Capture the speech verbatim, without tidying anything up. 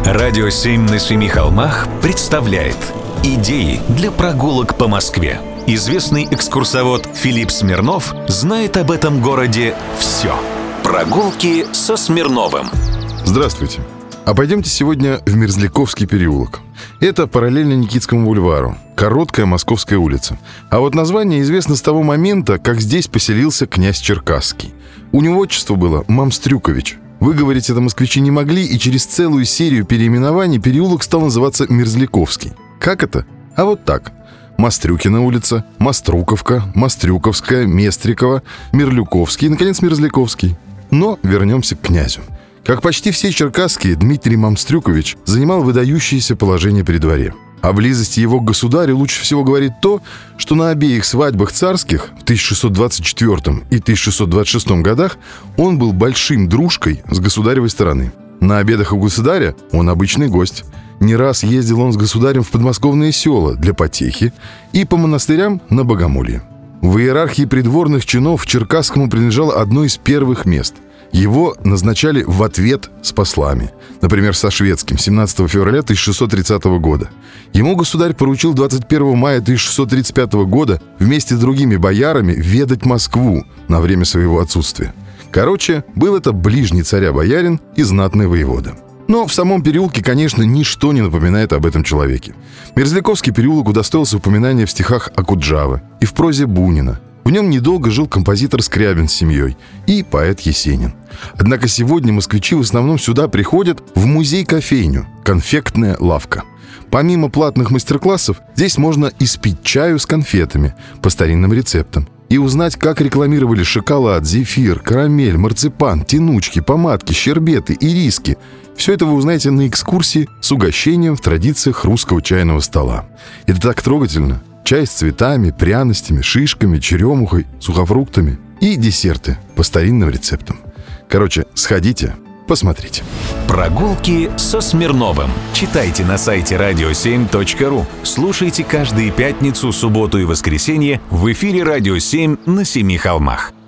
Радио семь на семи холмах представляет идеи для прогулок по Москве. Известный экскурсовод Филипп Смирнов знает об этом городе все. Прогулки со Смирновым. Здравствуйте. А пойдемте сегодня в Мерзляковский переулок. Это параллельно Никитскому бульвару. Короткая Московская улица. А вот название известно с того момента, как здесь поселился князь Черкасский. У него отчество было Мамстрюкович. Выговорить это москвичи не могли, и через целую серию переименований переулок стал называться Мерзляковский. Как это? А вот так. Мастрюкина улица, Маструковка, Мастрюковская, Местрикова, Мерлюковский и, наконец, Мерзляковский. Но вернемся к князю. Как почти все черкасские, Дмитрий Мамстрюкович занимал выдающееся положение при дворе. О близости его к государю лучше всего говорит то, что на обеих свадьбах царских в тысяча шестьсот двадцать четвёртом и тысяча шестьсот двадцать шестом годах он был большим дружкой с государевой стороны. На обедах у государя он обычный гость. Не раз ездил он с государем в подмосковные села для потехи и по монастырям на богомолье. В иерархии придворных чинов Черкасскому принадлежало одно из первых мест. Его назначали в ответ с послами. Например, со шведским семнадцатого февраля тысяча шестьсот тридцатого года. Ему государь поручил двадцать первого мая тысяча шестьсот тридцать пятого года вместе с другими боярами ведать Москву на время своего отсутствия. Короче, был это ближний царя боярин и знатный воевода. Но в самом переулке, конечно, ничто не напоминает об этом человеке. Мерзляковский переулок удостоился упоминания в стихах Окуджавы и в прозе Бунина. В нем недолго жил композитор Скрябин с семьей и поэт Есенин. Однако сегодня москвичи в основном сюда приходят в музей-кофейню «Конфектная лавка». Помимо платных мастер-классов, здесь можно испить чаю с конфетами по старинным рецептам и узнать, как рекламировали шоколад, зефир, карамель, марципан, тянучки, помадки, щербеты, ириски. Все это вы узнаете на экскурсии с угощением в традициях русского чайного стола. Это так трогательно. Чай с цветами, пряностями, шишками, черемухой, сухофруктами и десерты по старинным рецептам. Короче, сходите, посмотрите. Прогулки со Смирновым. Читайте на сайте радио семь точка ру. Слушайте каждые пятницу, субботу и воскресенье в эфире «Радио семь» на Семи холмах.